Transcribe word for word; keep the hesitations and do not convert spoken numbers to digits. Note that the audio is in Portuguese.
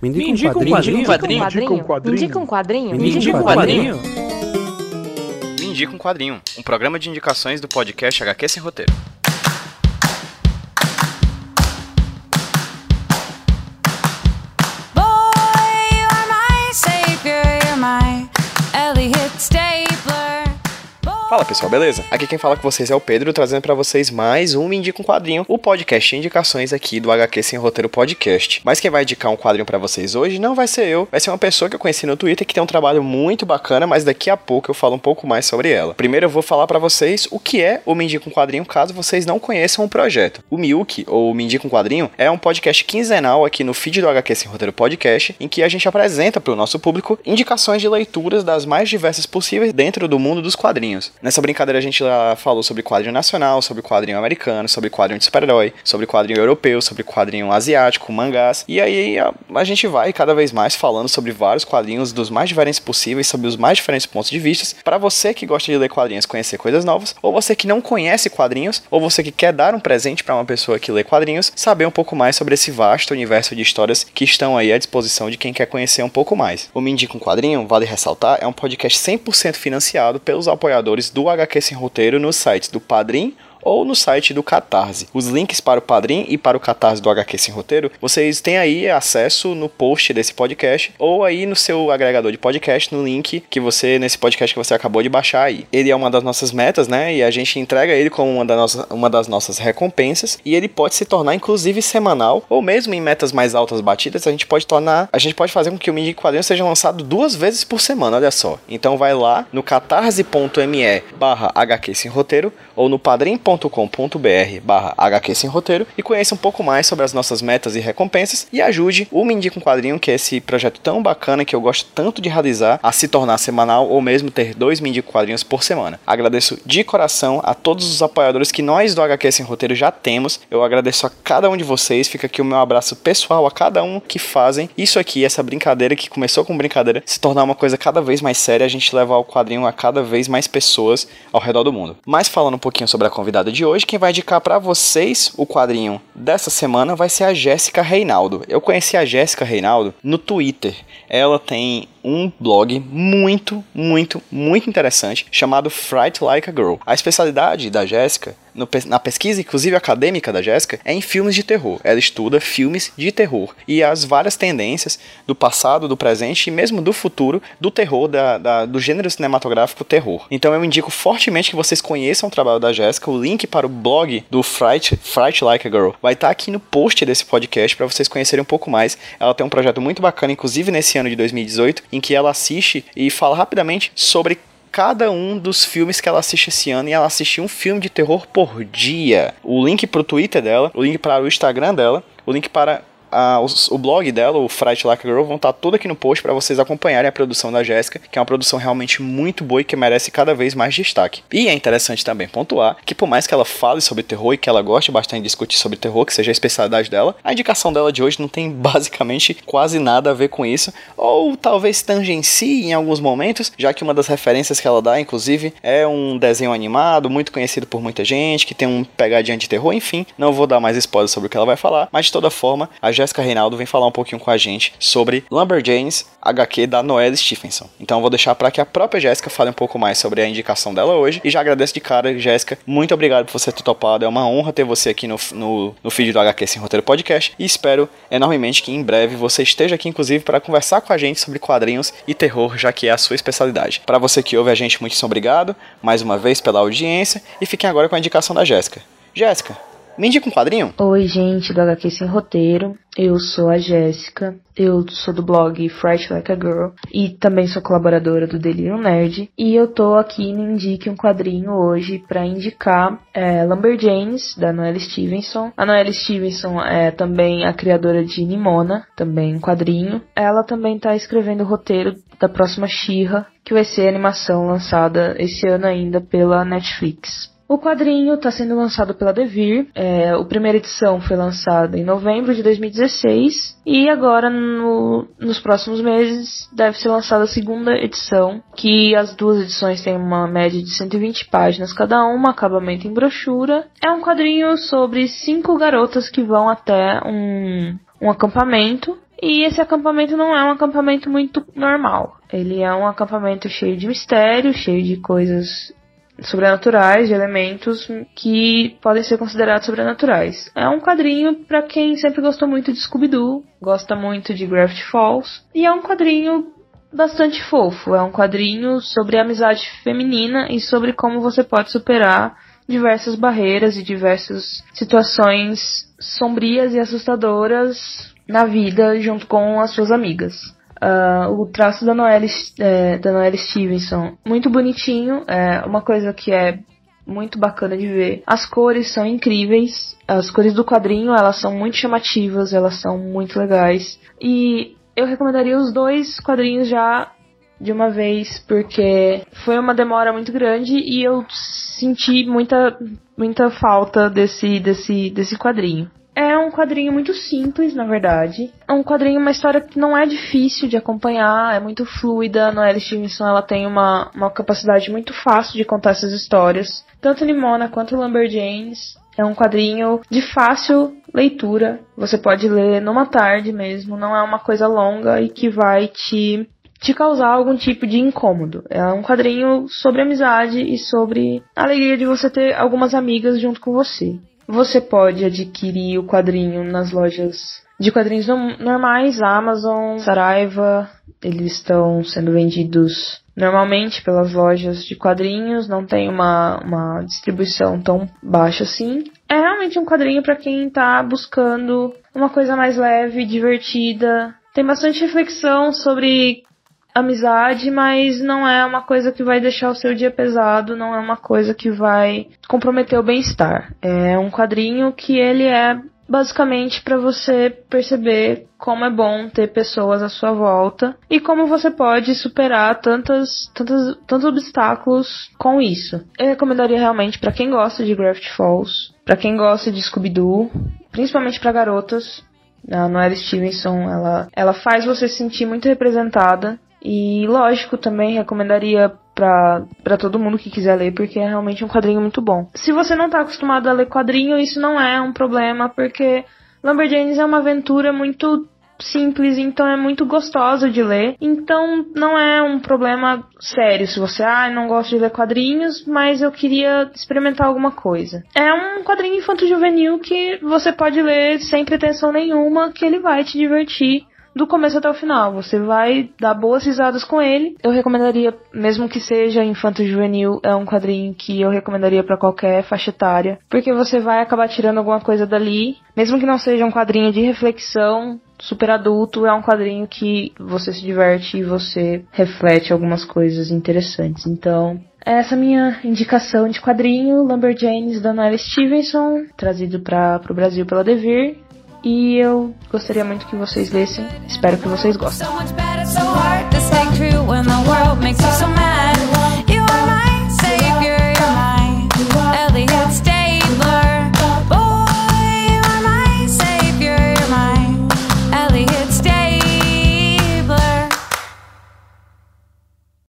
Me indica um quadrinho. Me indica um quadrinho. Me indica um quadrinho. Me indica um quadrinho. Me indica um quadrinho. Um programa de indicações do podcast H Q Sem Roteiro. Fala pessoal, beleza? Aqui quem fala com vocês é o Pedro, trazendo pra vocês mais um Me Indica um Quadrinho, o podcast de indicações aqui do H Q Sem Roteiro Podcast. Mas quem vai indicar um quadrinho pra vocês hoje não vai ser eu, vai ser uma pessoa que eu conheci no Twitter que tem um trabalho muito bacana, mas daqui a pouco eu falo um pouco mais sobre ela. Primeiro eu vou falar pra vocês o que é o Me Indica um Quadrinho, caso vocês não conheçam o projeto. O Miyuki, ou Me Indica um Quadrinho, é um podcast quinzenal aqui no feed do H Q Sem Roteiro Podcast, em que a gente apresenta pro nosso público indicações de leituras das mais diversas possíveis dentro do mundo dos quadrinhos. Nessa brincadeira a gente já falou sobre quadrinho nacional, sobre quadrinho americano, sobre quadrinho de super-herói, sobre quadrinho europeu, sobre quadrinho asiático, mangás. E aí a, a gente vai cada vez mais falando sobre vários quadrinhos dos mais diferentes possíveis, sobre os mais diferentes pontos de vista, para você que gosta de ler quadrinhos conhecer coisas novas, ou você que não conhece quadrinhos, ou você que quer dar um presente para uma pessoa que lê quadrinhos, saber um pouco mais sobre esse vasto universo de histórias que estão aí à disposição de quem quer conhecer um pouco mais. O Me Indica um Quadrinho, vale ressaltar, é um podcast cem por cento financiado pelos apoiadores do H Q Sem Roteiro nos sites do Padrim ou no site do Catarse. Os links para o Padrim e para o Catarse do H Q Sem Roteiro, vocês têm aí acesso no post desse podcast, ou aí no seu agregador de podcast, no link que você, nesse podcast que você acabou de baixar aí. Ele é uma das nossas metas, né, e a gente entrega ele como uma, da nossa, uma das nossas recompensas, e ele pode se tornar, inclusive, semanal, ou mesmo em metas mais altas batidas, a gente pode tornar, a gente pode fazer com que o Me Indica um Quadrinho seja lançado duas vezes por semana, olha só. Então vai lá no catarse.me barra HQ Sem Roteiro, ou no padrim.com.br barra HQ Sem Roteiro e conheça um pouco mais sobre as nossas metas e recompensas e ajude o Me Indica um Quadrinho, que é esse projeto tão bacana que eu gosto tanto de realizar, a se tornar semanal ou mesmo ter dois Me Indica Quadrinhos por semana. Agradeço de coração a todos os apoiadores que nós do H Q Sem Roteiro já temos. Eu agradeço a cada um de vocês, fica aqui o meu abraço pessoal a cada um que fazem isso aqui, essa brincadeira que começou com brincadeira, se tornar uma coisa cada vez mais séria, a gente levar o quadrinho a cada vez mais pessoas ao redor do mundo. Mas falando um pouquinho sobre a convidada de hoje, quem vai indicar pra vocês o quadrinho dessa semana vai ser a Jéssica Reinaldo. Eu conheci a Jéssica Reinaldo no Twitter. Ela tem um blog muito, muito, muito interessante chamado Fright Like a Girl. A especialidade da Jéssica, no, na pesquisa inclusive acadêmica da Jéssica, é em filmes de terror. Ela estuda filmes de terror e as várias tendências do passado, do presente e mesmo do futuro do terror, da, da, do gênero cinematográfico terror. Então eu indico fortemente que vocês conheçam o trabalho da Jéssica. O link para o blog do Fright, Fright Like a Girl vai estar aqui no post desse podcast para vocês conhecerem um pouco mais. Ela tem um projeto muito bacana, inclusive nesse ano de dois mil e dezoito, em que ela assiste e fala rapidamente sobre cada um dos filmes que ela assiste esse ano, e ela assiste um filme de terror por dia. O link para o Twitter dela, o link para o Instagram dela, o link para a, o, o blog dela, o Fright Like a Girl, vão estar tudo aqui no post para vocês acompanharem a produção da Jéssica, que é uma produção realmente muito boa e que merece cada vez mais destaque. E é interessante também pontuar que por mais que ela fale sobre terror e que ela goste bastante de discutir sobre terror, que seja a especialidade dela, a indicação dela de hoje não tem basicamente quase nada a ver com isso, ou talvez tangencie em alguns momentos, já que uma das referências que ela dá, inclusive, é um desenho animado muito conhecido por muita gente, que tem um pegadinha de terror. Enfim, não vou dar mais spoilers sobre o que ela vai falar, mas de toda forma, a Jéssica Reinaldo vem falar um pouquinho com a gente sobre Lumberjanes, H Q da Noelle Stevenson. Então eu vou deixar para que a própria Jéssica fale um pouco mais sobre a indicação dela hoje, e já agradeço de cara, Jéssica, muito obrigado por você ter topado, é uma honra ter você aqui no, no, no feed do H Q Sem Roteiro Podcast, e espero enormemente que em breve você esteja aqui, inclusive, para conversar com a gente sobre quadrinhos e terror, já que é a sua especialidade. Para você que ouve a gente, muitíssimo obrigado, mais uma vez pela audiência, e fiquem agora com a indicação da Jéssica. Jéssica, me indica um quadrinho? Oi, gente do H Q Sem Roteiro. Eu sou a Jéssica. Eu sou do blog Fright Like a Girl e também sou colaboradora do Delirium Nerd. E eu tô aqui no Indique um Quadrinho hoje pra indicar é, Lumberjanes, da Noelle Stevenson. A Noelle Stevenson é também a criadora de Nimona, também um quadrinho. Ela também tá escrevendo o roteiro da próxima She-Ra, que vai ser a animação lançada esse ano ainda pela Netflix. O quadrinho está sendo lançado pela Devir. É, a primeira edição foi lançada em novembro de dois mil e dezesseis e agora no, nos próximos meses deve ser lançada a segunda edição, que as duas edições têm uma média de cento e vinte páginas cada uma, acabamento em brochura. É um quadrinho sobre cinco garotas que vão até um, um acampamento E esse acampamento não é um acampamento muito normal. Ele é um acampamento cheio de mistério, cheio de coisas sobrenaturais, de elementos que podem ser considerados sobrenaturais. É um quadrinho para quem sempre gostou muito de Scooby-Doo, gosta muito de Gravity Falls, e é um quadrinho bastante fofo. É um quadrinho sobre a amizade feminina e sobre como você pode superar diversas barreiras e diversas situações sombrias e assustadoras na vida junto com as suas amigas. Uh, o traço da Noelle, é, da Noelle Stevenson, muito bonitinho, é uma coisa que é muito bacana de ver. As cores são incríveis, as cores do quadrinho, elas são muito chamativas, elas são muito legais. E eu recomendaria os dois quadrinhos já de uma vez, porque foi uma demora muito grande e eu senti muita, muita falta desse, desse, desse quadrinho. É um quadrinho muito simples, na verdade. É um quadrinho, uma história que não é difícil de acompanhar, é muito fluida. A Noelle Stevenson, ela tem uma, uma capacidade muito fácil de contar essas histórias. Tanto Nimona quanto Lumberjanes. É um quadrinho de fácil leitura. Você pode ler numa tarde mesmo. Não é uma coisa longa e que vai te, te causar algum tipo de incômodo. É um quadrinho sobre amizade e sobre a alegria de você ter algumas amigas junto com você. Você pode adquirir o quadrinho nas lojas de quadrinhos normais, Amazon, Saraiva. Eles estão sendo vendidos normalmente pelas lojas de quadrinhos, não tem uma, uma distribuição tão baixa assim. É realmente um quadrinho para quem tá buscando uma coisa mais leve, divertida. Tem bastante reflexão sobre amizade, mas não é uma coisa que vai deixar o seu dia pesado, não é uma coisa que vai comprometer o bem-estar. É um quadrinho que ele é basicamente para você perceber como é bom ter pessoas à sua volta e como você pode superar tantas, tantas, tantos obstáculos com isso. Eu recomendaria realmente para quem gosta de Gravity Falls, para quem gosta de Scooby-Doo, principalmente para garotas. A Noelle Stevenson, ela, ela faz você se sentir muito representada. E, lógico, também recomendaria pra, pra todo mundo que quiser ler, porque é realmente um quadrinho muito bom. Se você não tá acostumado a ler quadrinho, isso não é um problema, porque Lumberjanes é uma aventura muito simples, então é muito gostosa de ler. Então, não é um problema sério se você, ah, não gosta de ler quadrinhos, mas eu queria experimentar alguma coisa. É um quadrinho infanto-juvenil que você pode ler sem pretensão nenhuma, que ele vai te divertir do começo até o final. Você vai dar boas risadas com ele. Eu recomendaria, mesmo que seja infanto-juvenil, é um quadrinho que eu recomendaria pra qualquer faixa etária, porque você vai acabar tirando alguma coisa dali. Mesmo que não seja um quadrinho de reflexão super adulto, é um quadrinho que você se diverte e você reflete algumas coisas interessantes. Então, essa é a minha indicação de quadrinho, Lumberjanes, da Noelle Stevenson, trazido para o Brasil pela Devir. E eu gostaria muito que vocês lessem. Espero que vocês gostem.